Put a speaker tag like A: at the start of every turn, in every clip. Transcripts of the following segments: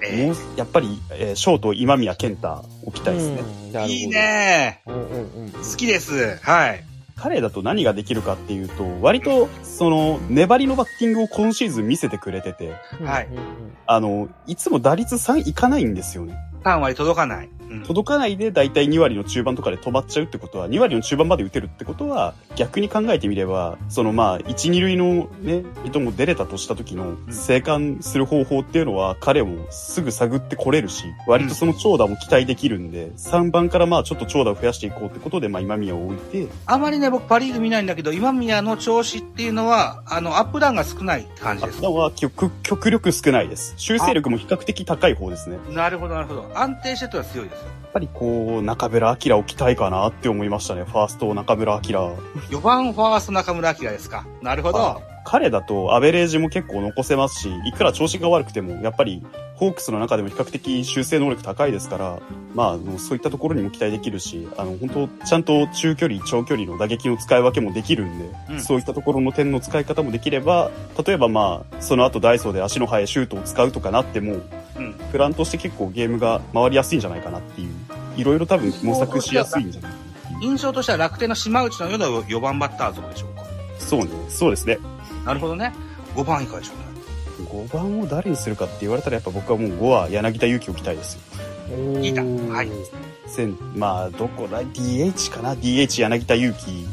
A: やっぱり、ショート今宮健太置きたいですね。
B: いいねー。好きです。はい。
A: 彼だと何ができるかっていうと、割と、粘りのバッティングを今シーズン見せてくれてて、
B: はい。
A: いつも打率3いかないんですよね。
B: 3割届かない。
A: 届かないでだいたい2割の中盤とかで止まっちゃうってことは、2割の中盤まで打てるってことは、逆に考えてみれば、1、2塁のね、人も出れたとした時の生還する方法っていうのは、彼もすぐ探ってこれるし、割とその長打も期待できるんで、3番からちょっと長打を増やしていこうってことで、今宮を置いて。
B: あまりね、僕パリーグ見ないんだけど、今宮の調子っていうのは、アップダウンが少ないって感じですか？
A: アップダウンは極力少ないです。修正力も比較的高い方ですね。
B: なるほど、なるほど。安定してるのは強いですよ。
A: やっぱり中村晃置きたいかなって思いましたね。ファースト中村晃。
B: 4番ファースト中村晃ですか。なるほど。
A: 彼だとアベレージも結構残せますし、いくら調子が悪くても、やっぱりホークスの中でも比較的修正能力高いですから、そういったところにも期待できるし、本当ちゃんと中距離、長距離の打撃の使い分けもできるんで、そういったところの点の使い方もできれば、例えばその後ダイソーで足の速いシュートを使うとかなっても、プランとして結構ゲームが回りやすいんじゃないかなっていう、いろいろ多分模索しやすいんじゃないかな。
B: 印象としては楽天の島内のような4番バッター像でしょうか。
A: そうですね。
B: なるほどね。5番以下でしょう
A: ね。5番を誰にするかって言われたらやっぱ僕はもう5は柳田悠岐置きたいですよ。
B: いいだ。はい。
A: どこだ ?DH かな ?DH 柳田悠岐。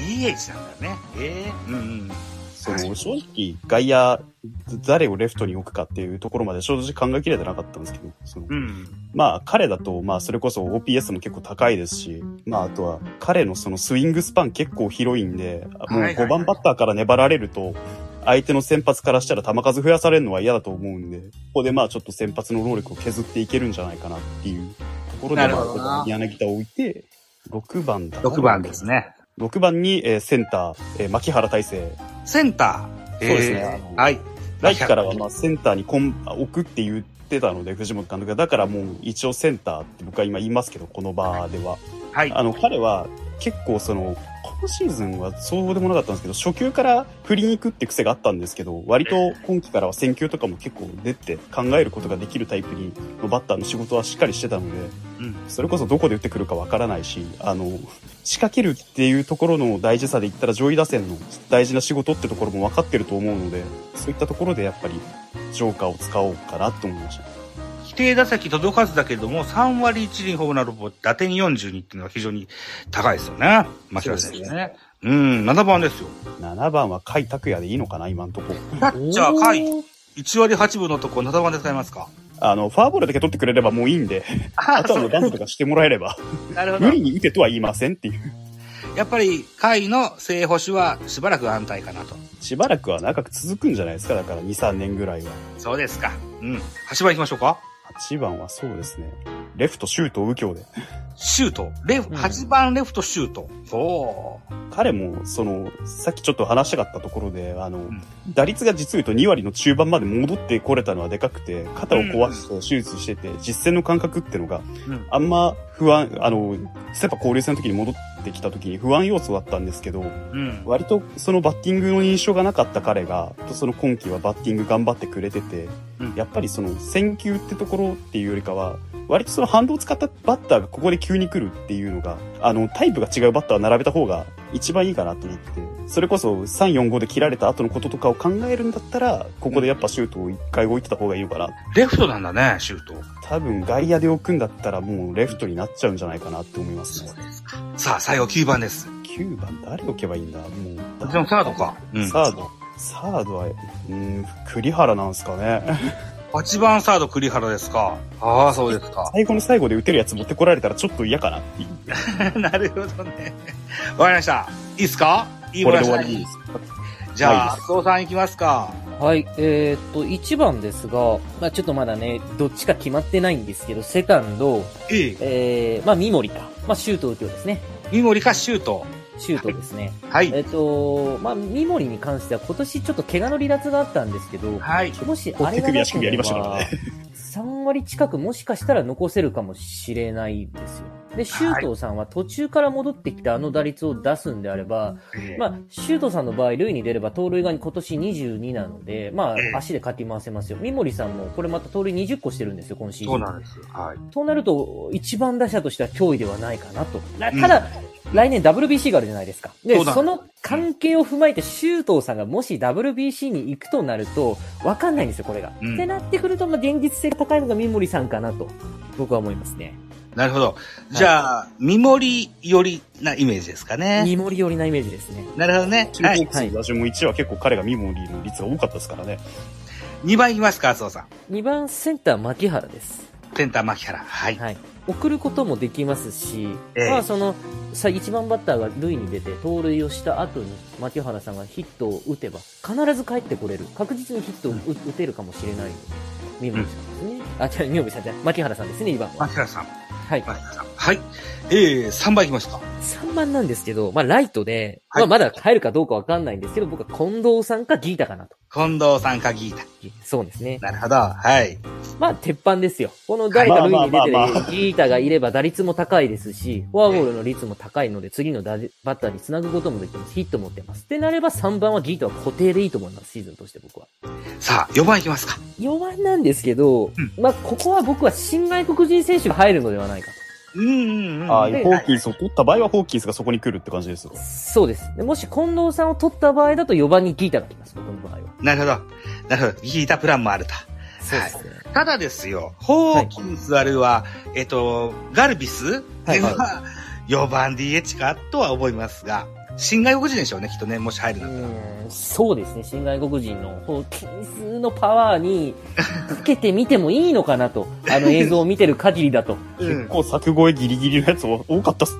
B: DH なんだね。
A: 正直、外野、誰をレフトに置くかっていうところまで正直考えきれてなかったんですけど、彼だと、それこそ OPS も結構高いですし、あとは、彼のそのスイングスパン結構広いんで、もう5番バッターから粘られると、相手の先発からしたら球数増やされるのは嫌だと思うんで、ここでちょっと先発の能力を削っていけるんじゃないかなっていうところで、柳田を置いて、6番だ。
B: 6番ですね。
A: 6番に、センター、牧原大成。
B: センター
A: そうですね。
B: はい。
A: 来季からはセンターに置くって言ってたので、藤本監督が。だからもう一応センターって僕は今言いますけど、この場では。
B: はい。
A: 彼は結構今シーズンはそうでもなかったんですけど、初球から振りに行くって癖があったんですけど、割と今季からは選球とかも結構出て考えることができるタイプのバッターの仕事はしっかりしてたので、それこそどこで打ってくるかわからないし、仕掛けるっていうところの大事さで言ったら上位打線の大事な仕事ってところも分かってると思うので、そういったところでやっぱりジョーカーを使おうかなと思いました。
B: 規定打席届かずだけれども、3割1厘ホームラン6打点42っていうのは非常に高いですよね。牧原選手ね。7番ですよ。
A: 7番は甲斐拓也でいいのかな、今んとこ。
B: キャッチャー甲斐。1割8分のとこ7番で使いますか？
A: フォアボールだけ取ってくれればもういいんで、あとはもうバントとかしてもらえれば。
B: なるほど。
A: 無理に打てとは言いませんっていう。
B: やっぱり、甲斐の正捕手はしばらく安泰かなと。
A: しばらくは長く続くんじゃないですか、だから2、3年ぐらいは。
B: そうですか。8番行きましょうか。
A: 8番はそうですね。レフト、シュート、右京で。
B: シュート8番レフト、シュート。
A: 彼も、さっきちょっと話したかったところで、打率が実を言うと2割の中盤まで戻ってこれたのはでかくて、肩を壊して手術してて、実戦の感覚ってのが、あんま不安、セパ交流戦の時に戻ってきた時に不安要素だったんですけど、割とそのバッティングの印象がなかった彼が、今季はバッティング頑張ってくれてて、やっぱり選球ってところっていうよりかは、割とハンドを使ったバッターがここで急に来るっていうのが、タイプが違うバッターを並べた方が一番いいかなと思って、それこそ3、4、5で切られた後のこととかを考えるんだったら、ここでやっぱシュートを一回置いてた方がいいのかな。
B: レフトなんだね、シュート。
A: 多分外野で置くんだったらもうレフトになっちゃうんじゃないかなって思いますね。
B: そうですか。さあ、最後9番です。
A: 9番誰置けばいいんだもう。
B: でもサードか。
A: サードは、栗原なんですかね。
B: 8番サード栗原ですか。ああ、そうですか。
A: 最後の最後で打てるやつ持ってこられたらちょっと嫌かなっていう。
B: なるほどね。わかりました。いいっすか？いい
A: これで終わりです。
B: じゃあ、松尾さん行きますか。
C: はい。1番ですが、ちょっとまだね、どっちか決まってないんですけど、セカンド、三森か。シュート右京ですね。
B: 三森かシュート。
C: シュートですね。
B: はい。
C: 三森に関しては今年ちょっと怪我の離脱があったんですけど、
B: はい。
C: もしあれがなければ3割近くもしかしたら残せるかもしれないですよ。 で、周東さんは途中から戻ってきてあの打率を出すんであれば、まあ、周東さんの場合、塁に出れば盗塁が今年22なので、まあ、足でかき回せますよ。三森さんも、これまた盗塁20個してるんですよ、今シーズン。
B: そうなんです。はい。
C: となると、一番打者としては脅威ではないかなと。ただ、来年 WBC があるじゃないですか。で、その関係を踏まえて、周東さんがもし WBC に行くとなると、わかんないんですよ、これが。ってなってくると、まあ、現実性が高いのが三森さんかなと、僕は思いますね。
B: なるほど。じゃあ、三森寄りなイメージですかね。
C: 三森寄りなイメージですね。
B: なるほどね。
A: はい。私も1は結構彼が三森の率が多かったですからね。
B: 2番いきますか、麻生さん。
C: 2番センター牧原です。
B: センター牧原。はい。
C: はい。送ることもできますし、まあ1番バッターが塁に出て盗塁をした後に牧原さんがヒットを打てば必ず帰ってこれる。確実にヒットを打てるかもしれない。三森さんですね。あ、違う、三森さんじゃない。牧原さんですね、2番は。
B: 牧原さん。
C: はい。
B: はい。3番いきますか。
C: 3番なんですけど、まあ、ライトで、まあ、まだ入るかどうかわかんないんですけど、僕は近藤さんかギータかなと。
B: 近藤さんかギータ。
C: そうですね。
B: なるほど。はい。
C: まあ、鉄板ですよ。この誰か塁に出てるギータがいれば打率も高いですし、フォアボールの率も高いので、次のバッターに繋ぐこともできます。ヒットも出ます。ってなれば3番はギータは固定でいいと思います、シーズンとして僕は。
B: さあ、4番いきますか。
C: 4番なんですけど、まあ、ここは僕は新外国人選手が入るのではないかと。
A: ホーキンスを取った場合はホーキンスがそこに来るって感じですよ。
C: そうです。もし近藤さんを取った場合だと4番にギータが来ます、僕の場合は。
B: なるほど。なるほど。ギータプランもあると。
C: そうですね。
B: ただですよ、ホーキンスあるいは、ガルビスは4番 DH かとは思いますが、新外国人でしょうね、きっとね、もし入るなら。
C: そうですね、新外国人のホーキンスのパワーにつけてみてもいいのかなと、映像を見てる限りだと。
A: 結構柵越えギリギリのやつ多かったっす。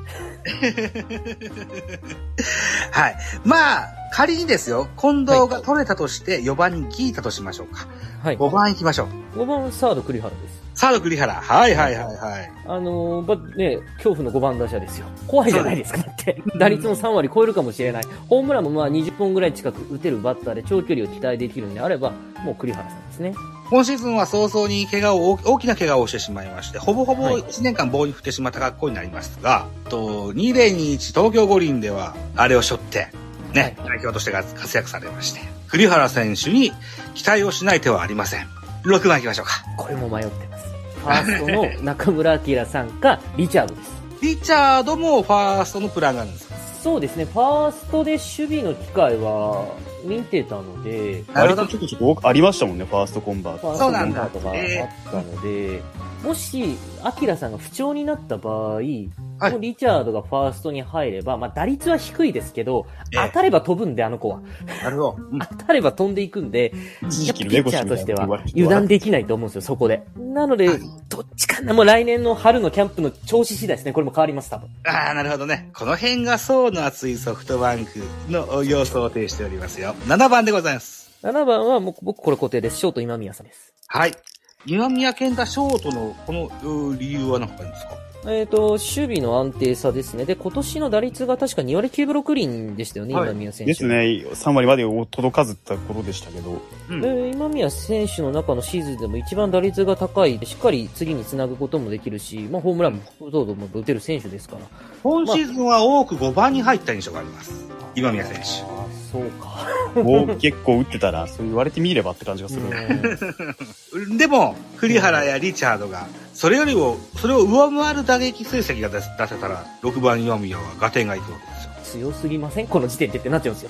B: はい。まあ、仮にですよ、近藤が取れたとして4番にギータとしましょうか。はい。5番行きましょう。
C: 5番サード栗原です。
B: サード栗原。はいはいはいはい。
C: ね、恐怖の5番打者ですよ。怖いじゃないですか、だって。打率も3割超えるかもしれない。ホームランもまあ20本ぐらい近く打てるバッターで長距離を期待できるんであれば、もう栗原さんですね。
B: 今シーズンは早々に大きな怪我をしてしまいまして、ほぼほぼ1年間棒に振ってしまった格好になりますが、2021東京五輪では、あれを背負って、ね、代表として活躍されまして、栗原選手に期待をしない手はありません。6番行きましょうか。
C: これも迷ってます。ファーストの中村晃さんか、リチャードです。
B: リチャードもファーストのプランがあるんですか？
C: そうですね。ファーストで守備の機会は見てたので。
A: 割とちょこありましたもんね、ファーストコンバート。
C: そうなんだ。ファーストコンバートがあったので、もし、晃さんが不調になった場合、はい、リチャードがファーストに入れば、まあ打率は低いですけど、当たれば飛ぶんで、あの子は。
B: なるほど。
C: 当たれば飛んでいくんで、ピッチャーとしては油断できないと思うんですよ、そこで。なので、どっちかな、もう来年の春のキャンプの調子次第ですね。これも変わります、多分。
B: ああ、なるほどね。この辺が層の厚いソフトバンクの様子を呈しておりますよ。7番でございます。
C: 7番はもう僕これ固定です。ショート今宮さんです。
B: はい。今宮健太ショートのこの理由は何かあるんですか？
C: 守備の安定さですね。で、今年の打率が確か2割9分6厘でしたよね、今宮選手。
A: ですね。3割まで届かずった頃でしたけど。
C: 今宮選手の中のシーズンでも一番打率が高い、しっかり次につなぐこともできるし、まあ、ホームランもも打てる選手ですから。
B: 今シーズンは多く5番に入った印象があります。今宮選手。
C: そうか。
A: もう結構打ってたら、そう言われてみればって感じがする。
B: でも、栗原やリチャードが、それを上回る打撃成績が出せたら、6番今宮は合点がいくわけですよ。
C: 強すぎませんこの時点でってなっちゃうんですよ。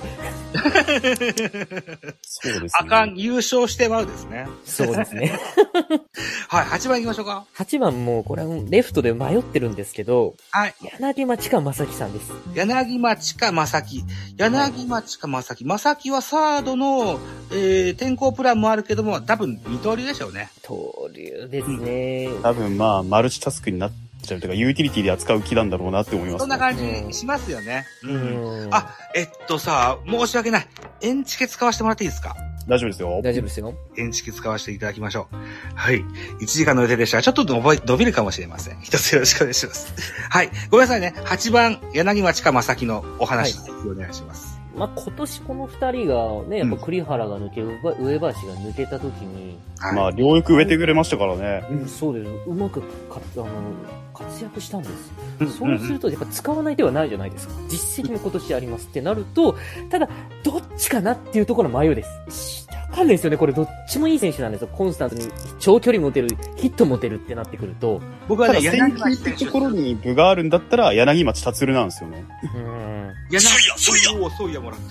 A: そうですね。
B: あかん、優勝してまうですね。
C: そうですね。
B: はい、8番行きましょうか。
C: 8番も、これはレフトで迷ってるんですけど、
B: はい。
C: 柳町か正樹さんです。
B: 柳町か正樹。柳町か正樹。正樹はサードの、転向プランもあるけども、多分二刀流でしょうね。
C: 二刀流ですね。
A: 多分まあ、マルチタスクになっちゃうというか、ユーティリティで扱う気なんだろうなって思います、ね。
B: そんな感じしますよね。あ、さ、申し訳ない。エンチケ使わせてもらっていいですか？
A: 大丈夫ですよ。
C: 大丈夫ですよ。
B: エンチケ使わせていただきましょう。はい。1時間の予定でしたが、ちょっと伸びるかもしれません。一つよろしくお願いします。はい。ごめんなさいね。8番、柳町か正樹のお話、お願いします。
C: まあ、今年この二人がね、やっぱ栗原が抜け、上林が抜けた時に。
A: まあ、両翼植えてくれましたからね。
C: そうです。うまく活躍したんです。そうすると、やっぱ使わない手はないじゃないですか。実績も今年ありますってなると、ただ、どっちかなっていうところの迷いです。わかんないですよね。これどっちもいい選手なんですよ。コンスタントに長距離持てる、ヒット持てるってなってくると。
A: 僕はね、柳町ってところに部があるんだったら、柳町達郎なんですよね。
B: そういや、もらった。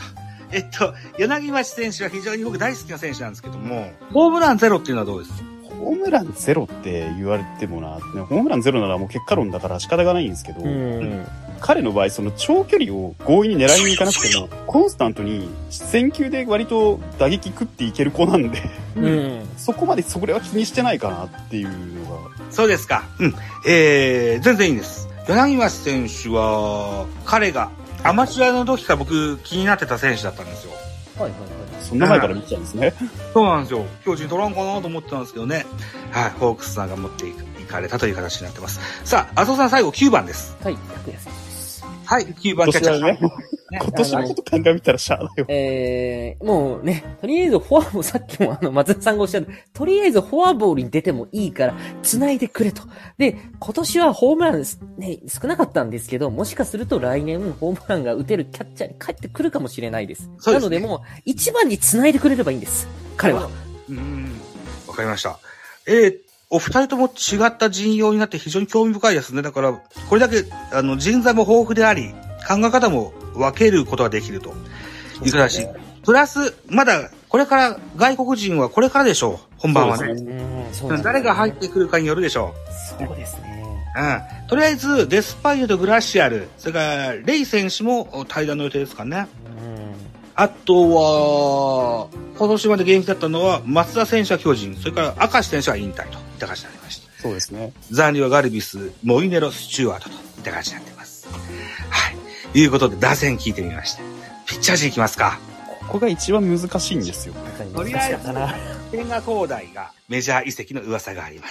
B: 柳町選手は非常に僕大好きな選手なんですけども、ホームランゼロっていうのはどうですか？
A: ホームランゼロって言われてもな、ホームランゼロならもう結果論だから仕方がないんですけど、彼の場合、その長距離を強引に狙いに行かなくても、コンスタントに選球で割と打撃食っていける子なんで、そこまでそれは気にしてないかなっていうのが。
B: そうですか。全然いいんです。柳町選手は、彼がアマチュアの時から僕気になってた選手だったんですよ。
C: はい。
A: そんな前から見てたんですね。
B: そうなんですよ。巨人取らんかなと思ってたんですけどね。はい。ホークスさんが持っていかれたという形になってます。さあ、麻生さん最後9番です。
C: はい、拓也選手です。
B: はい、9番キャッチャー。
A: ね、今年のこと考えたらしゃあないよ。
C: もうね、とりあえずフォアボール、さっきも松田さんがおっしゃる、とりあえずフォアボールに出てもいいから、繋いでくれと。で、今年はホームランね、少なかったんですけど、もしかすると来年ホームランが打てるキャッチャーに帰ってくるかもしれないです。そうですね、なのでもう、一番に繋いでくれればいいんです。彼は。
B: わかりました。お二人とも違った陣容になって非常に興味深いですね。だから、これだけ、人材も豊富であり、考え方も分けることができるという形。プラス、まだ、これから、外国人はこれからでしょう。本番はね。誰が入ってくるかによるでしょ
C: う。そうですね。
B: とりあえず、デスパイネとグラシアル、それから、レイ選手も対談の予定ですかね。あとは、今年まで現役だったのは、松田選手は巨人、それから明石選手は引退といった感じになりました。
A: そうですね。
B: 残留はガルビス、モイネロ、スチュワートといった感じになっています。はい。ということで、打線聞いてみました。ピッチャー陣いきますか。
A: ここが一番難しいんですよ。
B: とりあえず、千賀滉大がメジャー移籍の噂があります。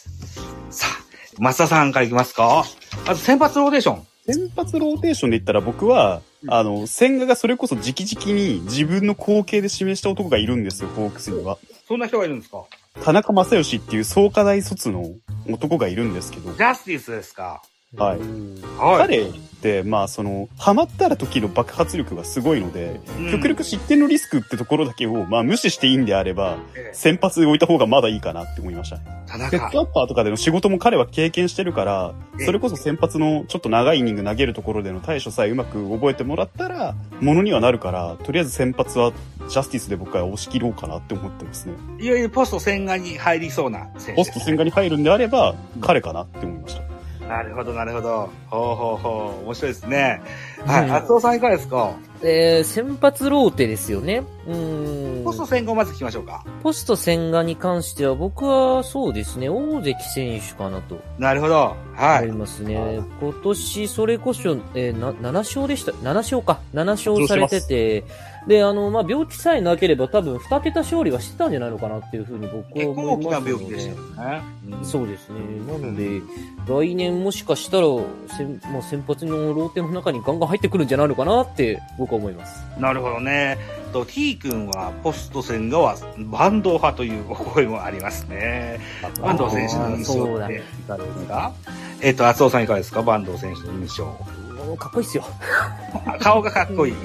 B: さあ、松田さんからいきますか。まず先発ローテーション。
A: 先発ローテーションで言ったら僕は、千賀がそれこそ直々に自分の後継で指名した男がいるんですよ、ホークスには。
B: そんな人がいるんですか？
A: 田中正義っていう創価大卒の男がいるんですけど。
B: ジャスティスですか？
A: はい。彼って、まあハマったら時の爆発力がすごいので、極力失点のリスクってところだけを、まあ無視していいんであれば、先発で置いた方がまだいいかなって思いましたね。セットアッパーとかでの仕事も彼は経験してるから、それこそ先発のちょっと長いイニング投げるところでの対処さえうまく覚えてもらったら、ものにはなるから、とりあえず先発はジャスティスで僕は押し切ろうかなって思ってますね。
B: いわゆるポスト千賀に入りそうな選手。
A: ポスト千賀に入るんであれば、彼かなって思いました。
B: なるほど、なるほど。面白いですね。はい。厚尾さんいかがですか？
C: 先発ローテですよね。
B: ポスト千賀をまず聞きましょうか。
C: ポスト千賀に関しては僕はそうですね、大関選手かなと。
B: なるほど。はい。
C: 思いますね。今年それこそ、7勝でした。7勝か。7勝されてて、で、まあ、病気さえなければ多分2桁勝利はしてたんじゃないのかなっていうふうに僕は思いますので。
B: 大きな病気でしたよね。
C: そうですね。なので、来年もしかしたら、もう先発のローテの中にガンガン入ってくるんじゃないのかなって僕は思います。
B: なるほどね。T 君はポスト千賀は坂東派というお声もありますね。坂東選手の印象っていかがですか？厚尾さんいかがですか？坂東選手の印象。
C: かっこいいっすよ。
B: 顔がかっこいい。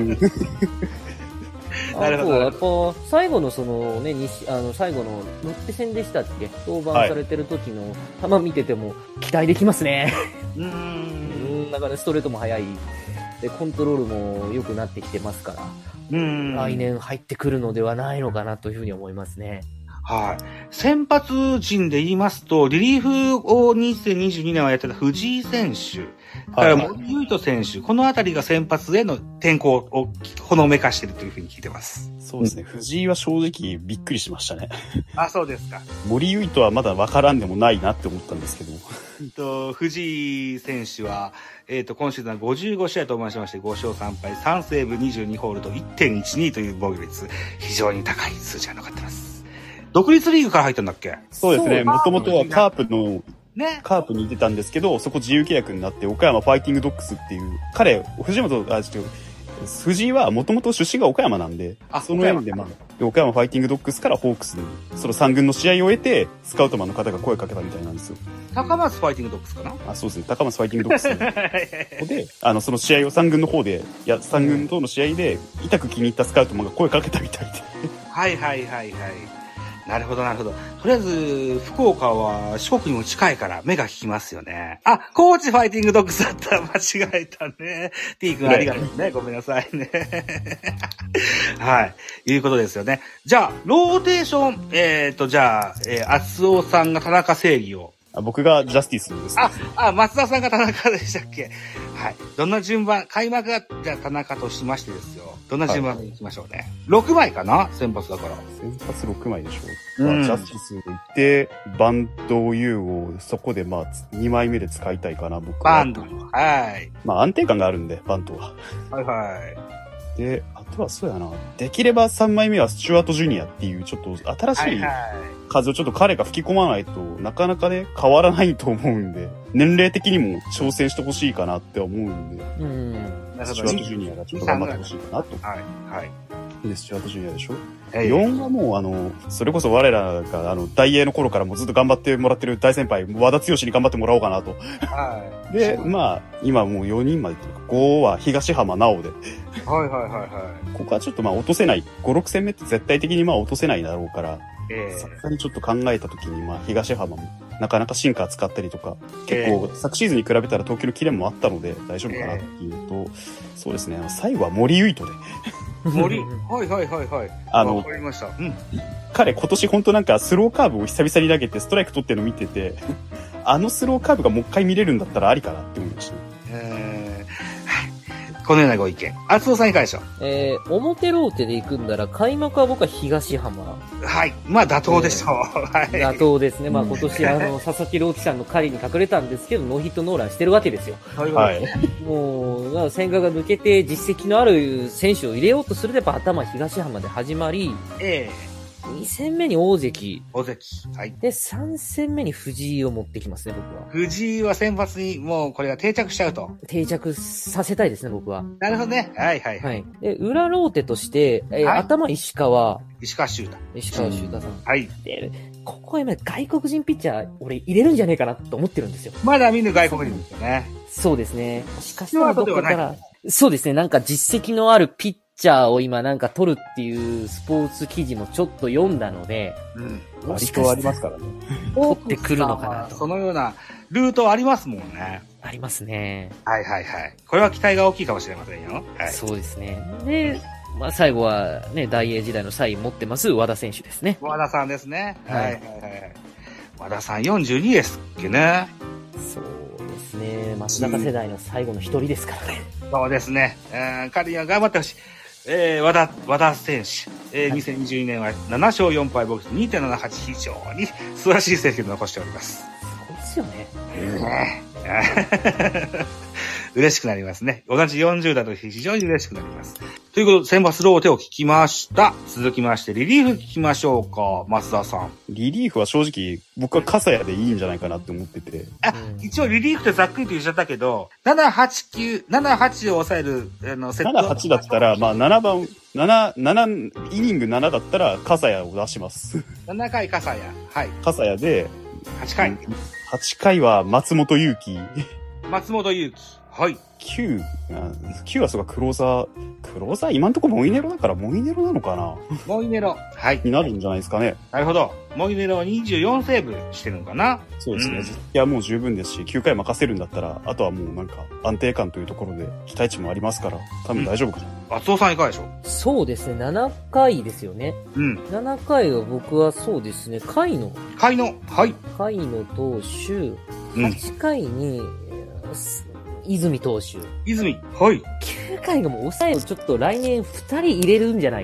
B: なるほど。
C: やっぱ、最後の最後のロッテ戦でしたっけ？登板されてる時の球見てても期待できますね。だからストレートも速い。で、コントロールも良くなってきてますから。来年入ってくるのではないのかなというふうに思いますね。
B: はい。先発陣で言いますと、リリーフを2022年はやってた藤井選手、から森唯斗選手、このあたりが先発への転向をほのめかしているというふうに聞いてます。
A: そうですね。藤井は正直びっくりしましたね。
B: あ、そうですか。
A: 森唯斗はまだ分からんでもないなって思ったんですけど。
B: 藤井選手は、今シーズンは55試合登板しまして5勝3敗、3セーブ22ホールド 1.12 という防御率、非常に高い数字が残ってます。独立リーグから入ったんだっけ？
A: そうですね。もともとはカープにいてたんですけど、そこ自由契約になって、岡山ファイティングドッグスっていう、藤本、 藤井はもともと出身が岡山なんで、その縁で岡山ファイティングドッグスからホークスに、その3軍の試合を終えて、スカウトマンの方が声かけたみたいなんですよ。
B: 高松ファイティングドッグスかな？
A: そうですね。高松ファイティングドッグスで、その試合を3軍の方で、3軍との試合で、痛く気に入ったスカウトマンが声かけたみたいで。
B: はい。なるほど。とりあえず、福岡は四国にも近いから目が利きますよね。高知ファイティングドッグスだったら間違えたね。T 君ありがとうね。ごめんなさいね。はい。いうことですよね。じゃあ、ローテーション、厚尾さんが田中正義を。
A: 僕がジャスティスです。
B: 松田さんが田中でしたっけ？はい。どんな順番、開幕がじゃあ田中としましてですよ。どんな順番でいきましょうね。6枚かな？先発だから。
A: 先発6枚でしょ。ジャスティスでいて、バンド U をそこで2枚目で使いたいかな、僕は。
B: バンド。はい。
A: 安定感があるんで、バンドは。
B: はい。
A: で、あとはそうやな。できれば3枚目はスチュワートジュニアっていう、ちょっと新しい風をちょっと彼が吹き込まないとなかなかね、変わらないと思うんで、年齢的にも挑戦してほしいかなって思うんで、スチュワートジュニアがちょっと頑張ってほしいかなと。
B: はい。
A: で、スチュワートジュニアでしょ、4はもうそれこそ我らが大英の頃からもずっと頑張ってもらってる大先輩、和田剛に頑張ってもらおうかなと。
B: はい。
A: で、今もう4人までっていうか、5は東浜直で。
B: はい。
A: ここはちょっと落とせない。5、6戦目って絶対的に落とせないだろうから、さすがにちょっと考えたときに、東浜もなかなかシンカー使ったりとか、結構昨シーズンに比べたら投球のキレもあったので大丈夫かなっていうと、そうですね、最後は森唯斗で。
B: 森はい。わかりました。
A: 彼今年本当なんかスローカーブを久々に投げてストライク取ってるの見てて、スローカーブがもう一回見れるんだったらありかなって思いました。
B: このようなご意見。厚尾さんいかがでしょ
C: う？表ローテで行くんなら、開幕は僕は東浜。
B: はい。妥当でしょう。はい。
C: 妥当ですね。今年佐々木朗希さんの狩りに隠れたんですけど、ノーヒットノーランしてるわけですよ。
B: はい。
C: もう、千賀が抜けて実績のある選手を入れようとすると、やっぱ頭東浜で始まり、2戦目に大関。
B: はい。
C: で、3戦目に藤井を持ってきますね、僕は。
B: 藤井は先発にもうこれが定着しちゃうと。
C: 定着させたいですね、僕は。
B: なるほどね。はい。
C: で、裏ローテとして、頭石川修太さん。
B: はい。
C: で、ここは今外国人ピッチャー、俺入れるんじゃねえかなと思ってるんですよ。
B: まだ見ぬ外国人ですよね。
C: そうですね。しかしたらどっかから、そうですね、なんか実績のあるピッチャーを今なんか取るっていうスポーツ記事もちょっと読んだので、
A: 割とありますからね。
C: 取ってくるのかなと。
B: そのようなルートありますもんね。
C: ありますね。
B: はい。これは期待が大きいかもしれませんよ。はい。
C: そうですね。で、最後はね、大英時代のサイン持ってます和田選手ですね。
B: 和田さんですね。はい。和田さん42ですっけね。
C: そうですね。松坂世代の最後の一人ですからね。
B: そうですね。彼には頑張ってほしい。和田選手、2022年は7勝4敗ボックス 2.78 非常に素晴らしい成績を残しております。
C: すごいですよね。
B: 嬉しくなりますね。同じ40代と非常に嬉しくなります。ということで、先発ローテを聞きました。続きまして、リリーフ聞きましょうか。増田さん。
A: リリーフは正直、僕は笠谷でいいんじゃないかなって思ってて。
B: 一応リリーフってざっくりと言っちゃったけど、7、8、9、7、8を抑える、セット。
A: 7、8だったら、7イニング7だったら、笠谷を出します。
B: 7回笠谷。はい。
A: 笠谷で、
B: 8回。
A: 8回は松本裕樹。はい。9はそうか、クローザー、今んとこモイネロだからモイネロなのかな？
B: モイネロ。はい。
A: になるんじゃないですかね。
B: なるほど。モイネロは24セーブしてるのかな？
A: そうですね。いや、もう十分ですし、9回任せるんだったら、あとはもうなんか安定感というところで期待値もありますから、多分大丈夫かな。
B: 松尾さんいかがでしょう？
C: そうですね。7回ですよね。7回は僕はそうですね。甲斐野。
B: はい。
C: 甲斐野投手、8回に、泉投手。
B: はい。
C: 9回がもう抑えをちょっと来年2人入れるんじゃないかと。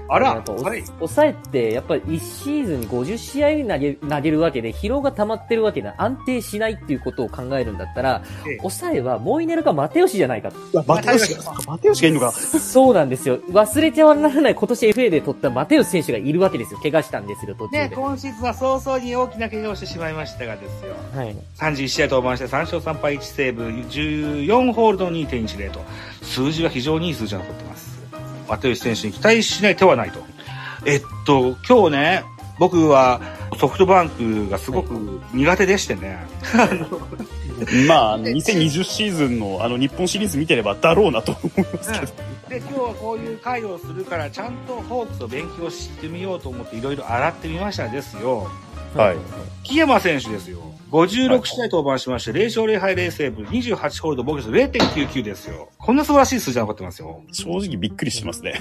B: あら、
C: やっぱ
B: はい。
C: 抑えって、やっぱり1シーズンに50試合投げるわけで、疲労が溜まってるわけで、安定しないっていうことを考えるんだったら、抑えはモイネルかマテウシじゃないか。
A: マテウシがいるのか。
C: そうなんですよ。忘れてはならない今年 FA で取ったマテウス選手がいるわけですよ。怪我したんですよ、途中で。
B: ね、今シーズンは早々に大きな怪我をしてしまいましたがですよ。
C: はい。
B: 31試合登板して3勝3敗1セーブ、14ホールド 2.10 と、数字は非常にいい数字が残ってます。マテウス選手に期待しない手はないと。今日ね、僕はソフトバンクがすごく苦手でしてね。
A: まあ、2020シーズンの日本シリーズ見てればだろうなと思いますけど。
B: で、今日はこういう会をするから、ちゃんとホークスを勉強してみようと思っていろいろ洗ってみましたですよ。
A: はい。
B: 木山選手ですよ。56試合登板しまして、0勝0敗0セーブ、28ホールド防御率 0.99 ですよ。こんな素晴らしい数字が残ってますよ。
A: 正直びっくりしますね。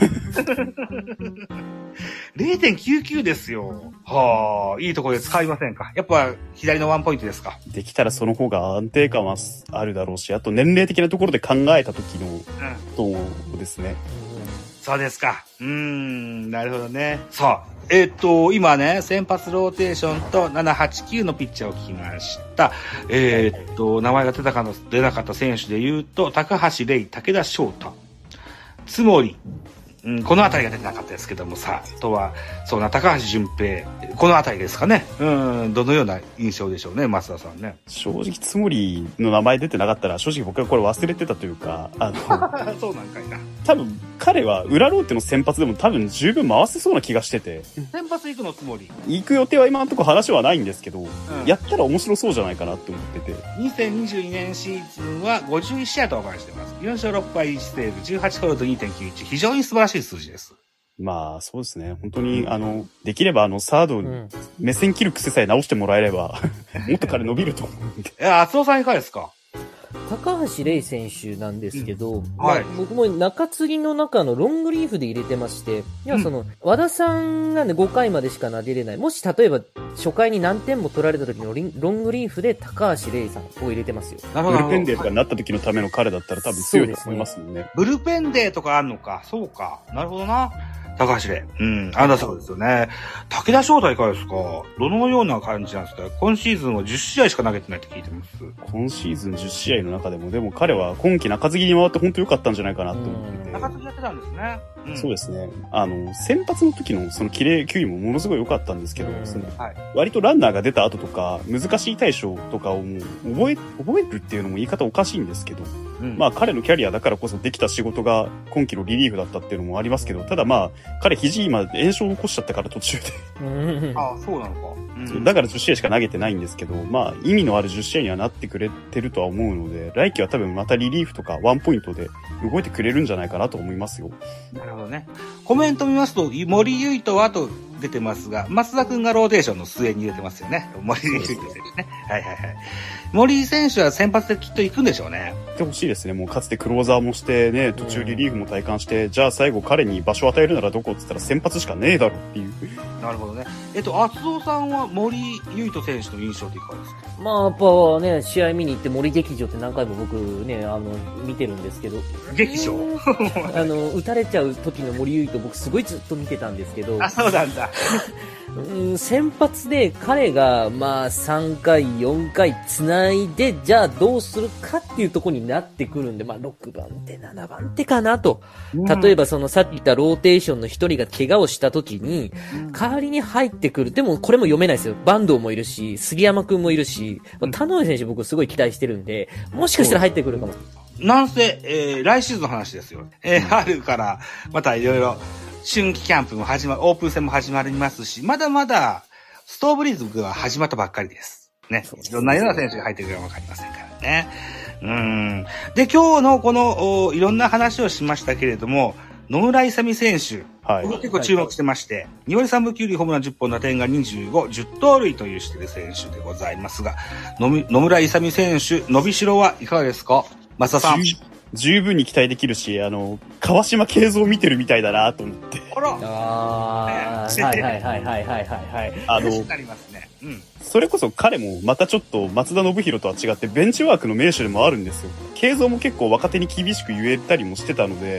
B: 0.99 ですよ。はあ、いいところで使いませんか。やっぱ左のワンポイントですか。
A: できたらその方が安定感はあるだろうし、あと年齢的なところで考えた時のことですね。
B: そうですか。なるほどね。さあ、今ね、先発ローテーションと7、8、9のピッチャーを聞きました。名前が出なかった選手で言うと、高橋礼、武田翔太、津森、このあたりが出てなかったですけどもさ、あとは、そうな、高橋純平、このあたりですかね。どのような印象でしょうね、増田さんね。
A: 正直、つもりの名前出てなかったら、正直僕はこれ忘れてたというか、
B: そうなんかいな。
A: 多分、彼は裏ローテの先発でも多分十分回せそうな気がしてて。
B: 先発行くのつもり？
A: 行く予定は今のところ話はないんですけど、やったら面白そうじゃないかなって思ってて。
B: 2022年シーズンは51試合登板してます。4勝6敗1セーブ、18ホールド 2.91。非常に素晴らしい数字です。
A: まあ、そうですね。本当に、できればサードに目線切る癖さえ直してもらえれば、もっと彼伸びると思うんで。
B: 厚尾さんいかがですか？
C: 高橋礼選手なんですけど、僕も中継ぎの中のロングリーフで入れてまして、和田さんがね、5回までしか投げれない。もし、例えば、初回に何点も取られた時のロングリーフで高橋礼さんを入れてますよ。
A: ブルペンデーとかになった時のための彼だったら多分強いと思いますもんね。
B: ブルペンデーとかあんのか。そうか。なるほどな。高橋礼。あんだそうですよね。武田翔太いかがですか？どのような感じなんですか？今シーズンは10試合しか投げてないって聞いてます。
A: 今シーズン10試合の中でも、でも彼は今季中継ぎに回って本当良かったんじゃないかなと思ってて。
B: 中継ぎやってたんですね。
A: そうですね。先発の時のそのキレ球威もものすごい良かったんですけど、割とランナーが出た後とか、難しい対処とかをもう覚えるっていうのも言い方おかしいんですけど、まあ彼のキャリアだからこそできた仕事が今季のリリーフだったっていうのもありますけど、ただまあ、彼肘今炎症を起こしちゃったから途中で
B: ああ、そうなのか。
A: だから10試合しか投げてないんですけど、まあ意味のある10試合にはなってくれてるとは思うので、来季は多分またリリーフとかワンポイントで動いてくれるんじゃないかなと思いますよ。
B: なるほどね。コメント見ますと、森唯斗はと出てますが、増田くんがローテーションの末に入れてますよね。森唯斗選手ね。はいはいはい。森選手は先発できっと行くんでしょうね。
A: 行ってほしいですね。もうかつてクローザーもしてね、途中リリーフも体感して、じゃあ最後彼に場所を与えるならどこって言ったら先発しかねえだろっていう。
B: なるほどね。厚尾さんは森唯斗選手の印象っていかがですか？
C: まあ、やっぱね、試合見に行って森劇場って何回も僕ね、見てるんですけど。
B: 劇場
C: 打たれちゃう時の森唯斗僕すごいずっと見てたんですけど。
B: あ、そうなんだ。
C: 先発で彼がまあ3回、4回繋いで、じゃあどうするかっていうところになってくるんで、まあ6番手、7番手かなと。例えばそのさっき言ったローテーションの一人が怪我をした時に、代わりに入ってくる。でもこれも読めないですよ。坂東もいるし、杉山くんもいるし、田上選手僕すごい期待してるんで、もしかしたら入ってくるかも。
B: なんせ、来シーズンの話ですよ。春からまたいろいろ春季キャンプもオープン戦も始まりますし、まだまだストーブリーグは始まったばっかりです。ね。いろんなような選手が入ってくるかもわかりませんからね。で、今日のこの、いろんな話をしましたけれども、野村勇選手。はい。結構注目してまして、2割3分9厘ホームラン10本打点が25、10盗塁というしている選手でございますが、野村勇選手、伸びしろはいかがですか？増田さん。
A: 十分に期待できるし、川島慶三見てるみたいだなと思って。
B: あら。
C: はいはいはいはいはいはい。
B: なりますね。
A: それこそ彼もまたちょっと松田宣浩とは違ってベンチワークの名手でもあるんですよ。慶三も結構若手に厳しく言えたりもしてたので、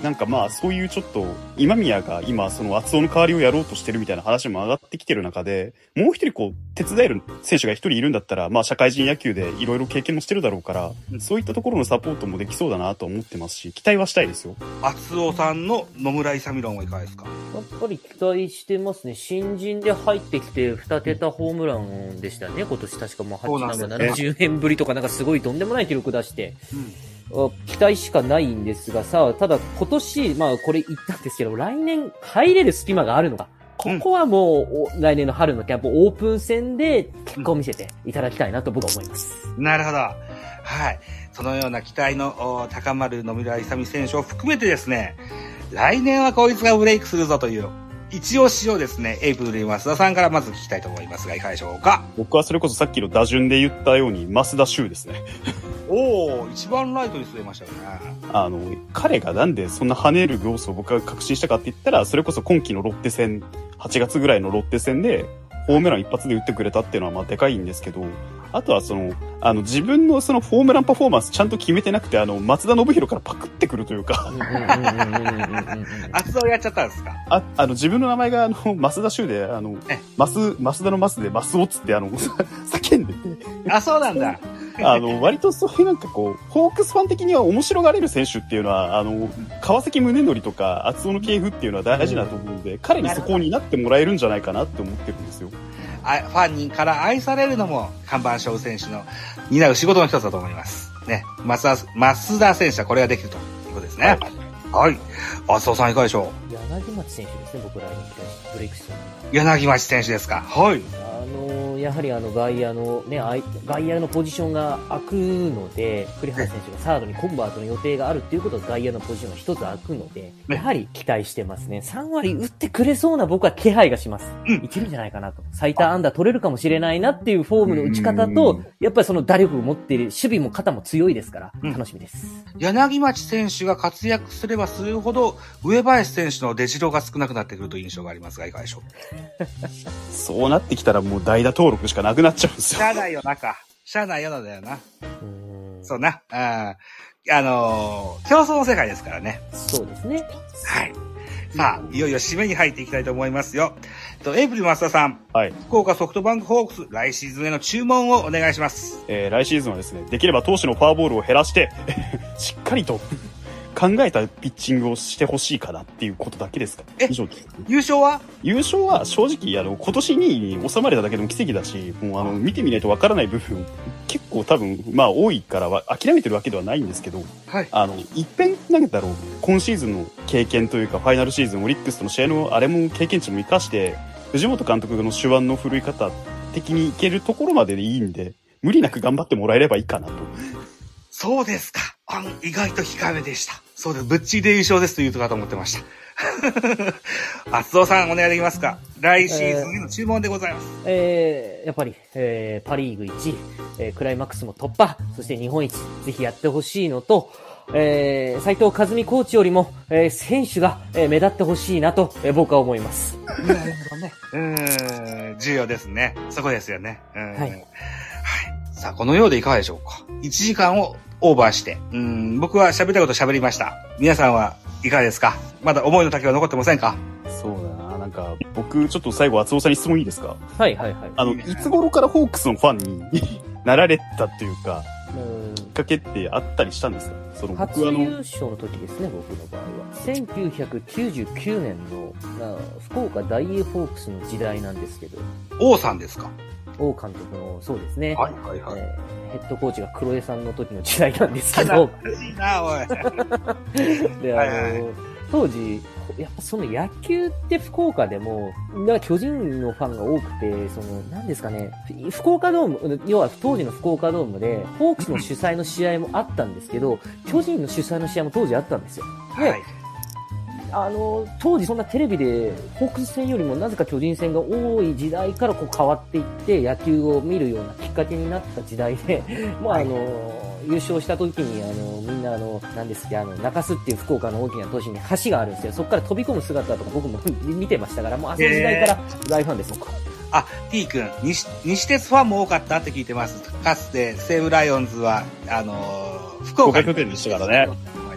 A: なんかまあそういうちょっと、今宮が今その厚尾の代わりをやろうとしてるみたいな話も上がってきてる中で、もう一人こう手伝える選手が一人いるんだったら、まあ社会人野球でいろいろ経験もしてるだろうから、そういったところのサポートもできそうだなと思ってますし、期待はしたいですよ。
B: 厚尾さんの野村勇論はいかがですか？
C: やっぱり期待してますね。新人で入ってきて2桁ホームランでしたね。今年確かもう70年ぶりとかなんかすごいとんでもない記録出して。期待しかないんですがさ、ただ今年、まあこれ言ったんですけど、来年入れる隙間があるのか。ここはもう、来年の春のキャンプオープン戦で結果を見せていただきたいなと僕は思います。
B: なるほど。はい。そのような期待の高まる野村勇選手を含めてですね、来年はこいつがブレイクするぞという、一押しをですね、エイプリル増田さんからまず聞きたいと思いますが、いかがでしょうか？
A: 僕はそれこそさっきの打順で言ったように、増田修ですね。
B: おー、一番ライトに据えましたよ
A: ね。彼がなんでそんな跳ねる要素を僕が確信したかって言ったら、それこそ今季のロッテ戦、8月ぐらいのロッテ戦で、ホームラン一発で打ってくれたっていうのはまあでかいんですけど、あとは自分のそのホームランパフォーマンスちゃんと決めてなくて、松田信弘からパクってくるというか。
B: 厚尾やっちゃったんですか？
A: 自分の名前が増田修で、増田の増で増尾っつって叫んでて。
B: あ、そうなんだ。
A: 割とそういうなんかこう、ホークスファン的には面白がれる選手っていうのは、川崎宗則とか厚尾の系譜っていうのは大事だと思うんで、彼にそこになってもらえるんじゃないかなって思ってるんですよ。
B: ファンにから愛されるのも看板賞選手の担う仕事の一つだと思います。ね。増田選手はこれができるということですね。はい。厚尾さんいかがでしょ
C: う？柳町選手ですね、僕らに期待してブレイクする。
B: 柳町選手ですか。はい。
C: やはり外野のね、外野のポジションが空くので、栗原選手がサードにコンバートの予定があるっていうことは外野のポジションが一つ空くので、やはり期待してますね。3割打ってくれそうな僕は気配がします。いけるんじゃないかなと。最多安打取れるかもしれないなっていうフォームの打ち方と、やっぱりその打力を持っている、守備も肩も強いですから、楽しみです。
B: 柳町選手が活躍すればするほど、上林選手の出城が少なくなってくるという印象がありますが、いかがでしょう？
A: そうなってきたらもう代打登録しかなくなっちゃうんですよ。
B: しゃあないよなか。しゃあないよなだよな。そうな。競争の世界ですからね。
C: そうですね。
B: はい。さあ、いよいよ締めに入っていきたいと思いますよ。エイプリル増田さん。
A: はい。
B: 福岡ソフトバンクホークス、来シーズンへの注文をお願いします。
A: 来シーズンはですね、できれば投手のフォアボールを減らして、しっかりと考えたピッチングをしてほしいかなっていうことだけですか。以上です。
B: 優勝は
A: 正直、今年2位に収まれただけでも奇跡だし、もう見てみないとわからない部分、結構多分、まあ多いからは諦めてるわけではないんですけど、
B: はい。
A: 一遍投げたろう、今シーズンの経験というか、ファイナルシーズン、オリックスとの試合のあれも経験値も活かして、藤本監督の手腕の振るい方的にいけるところまででいいんで、無理なく頑張ってもらえればいいかなと。
B: そうですか。意外と控えめでした。そうです。ぶっちぎりで優勝ですと言うとかと思ってました。厚尾さんお願いできますか？来シーズンへの注文でございます。
C: やっぱり、パリーグ1位、クライマックスも突破、そして日本一、ぜひやってほしいのと、斉藤和美コーチよりも、選手が、目立ってほしいなと、僕は思います。
B: なるほどね。重要ですね。そこですよね。はい。はい。さあ、このようでいかがでしょうか。1時間をオーバーして、僕は喋ったこと喋りました。皆さんはいかがですか？まだ思いの丈は残ってませんか？
A: そうだな。なんか、僕、ちょっと最後、厚尾さんに質問いいですか？
C: はいはいはい。
A: いつ頃からホークスのファンになられたっていうか、きっかけってあったりしたんですか？
C: 初優勝の時ですね、僕の場合は。1999年の、福岡ダイエーホークスの時代なんですけど。
B: 王さんですか？
C: 王監督の、そうですね。
B: はいはいはい。
C: ヘッドコーチが黒江さんの時の時代なんですけど。
B: いいな、おい。
C: で、当時、やっぱその野球って福岡でも、巨人のファンが多くて、何ですかね、福岡ドーム、要は当時の福岡ドームで、ホークスの主催の試合もあったんですけど、巨人の主催の試合も当時あったんですよ。で、はい、当時そんなテレビで、ホークス戦よりもなぜか巨人戦が多い時代から変わっていって、野球を見るようなきっかけになった時代で、もう優勝した時にみんななんですけど、中洲っていう福岡の大きな都市に橋があるんですけど、そこから飛び込む姿とか僕も見てましたから、もうあその時代から大ファンです、僕。
B: T 君、西鉄ファンも多かったって聞いてます。かつて西武ライオンズは、福岡
A: 拠点でしたからね。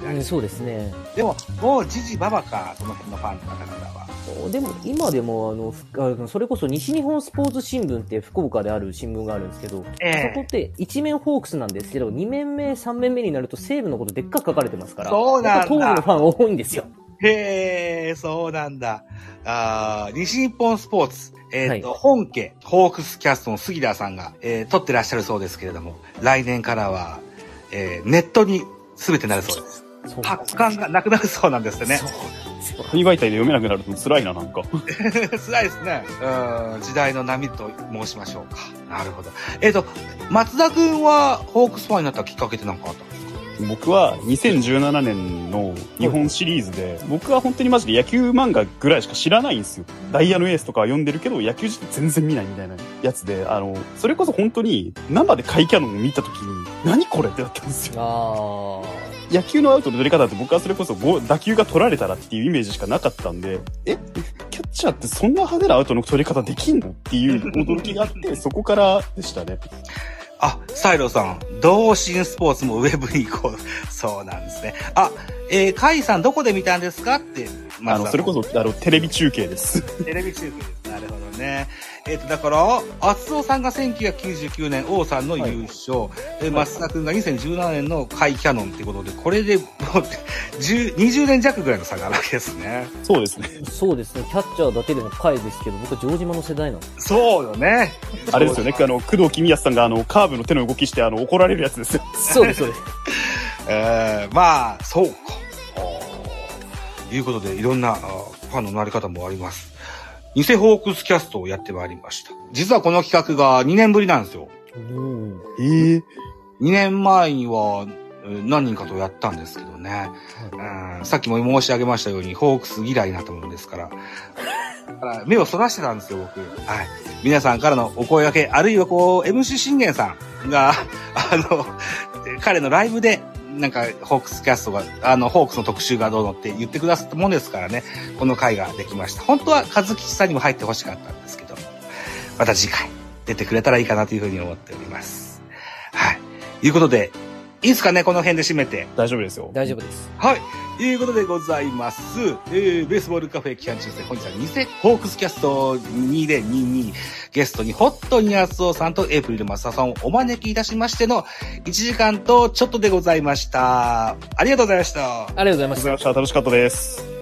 C: そうですね。
B: でも、もうじじばばか、その辺のファンの方々は。
C: でも、今でも、それこそ西日本スポーツ新聞って福岡である新聞があるんですけど、そこって一面ホークスなんですけど、2面目、3面目になると西武のことでっかく書かれてますから、
B: そうなんだ。
C: 当時のファン多いんですよ。
B: へー、そうなんだ。西日本スポーツ、
C: はい、
B: 本家、ホークスキャストの杉田さんが、撮ってらっしゃるそうですけれども、来年からは、ネットに全てなるそうです。発刊がなくなるそうなんですね。
A: 紙媒体で読めなくなると辛いな、なんか。
B: 辛いですね。時代の波と申しましょうか。なるほど。松田くんは、ホークスファンになったきっかけって何かあったんですか？
A: 僕は2017年の日本シリーズで、僕は本当にマジで野球漫画ぐらいしか知らないんですよ。ダイヤのエースとかは読んでるけど、野球自体全然見ないみたいなやつで、それこそ本当に生で甲斐キャノンを見たときに、何これってなったんですよ。野球のアウトの取り方って僕はそれこそ打球が取られたらっていうイメージしかなかったんで、キャッチャーってそんな派手なアウトの取り方できんのっていう驚きがあって、そこからでしたね。
B: サイロさん、同心スポーツもウェブに行こう。そうなんですね。カイさんどこで見たんですかって。
A: それこそ、テレビ中継です。
B: テレビ中継です。なるほどね。だから、厚尾さんが1999年王さんの優勝、はい、松田くんが2017年の甲斐キャノンっていうことで、これでもう20年弱ぐらいの差があるわけですね。
A: そうですね。
C: そうですね。キャッチャーだけでも甲斐ですけど、僕は城島の世代なんです。
B: そうよね。
A: あれですよね。工藤公康さんがカーブの手の動きして怒られるやつですよ。
C: そうです、そうです。
B: まあ、そうか。ということで、いろんなファンのなり方もあります。偽ホークスキャストをやってまいりました。実はこの企画が2年ぶりなんですよ。
A: 2
B: 年前には何人かとやったんですけどね。さっきも申し上げましたように、ホークス嫌いになったものですから。目をそらしてたんですよ、僕。はい。皆さんからのお声掛け、あるいはMC 信玄さんが、彼のライブで、なんか、ホークスキャストが、ホークスの特集がどうのって言ってくださったもんですからね、この回ができました。本当は和吉さんにも入ってほしかったんですけど、また次回出てくれたらいいかなというふうに思っております。はい。いうことで、いいですかね、この辺で締めて。
A: 大丈夫ですよ。
C: 大丈夫です。
B: はい。いうことでございます。ベースボールカフェ期間中戦、本日は偽ホークスキャスト2022ゲストにホットニアスオさんとエイプリルマサさんをお招きいたしましての1時間とちょっとでございました。ありがとうございました。
C: ありがとうございました。
A: 楽しかったです。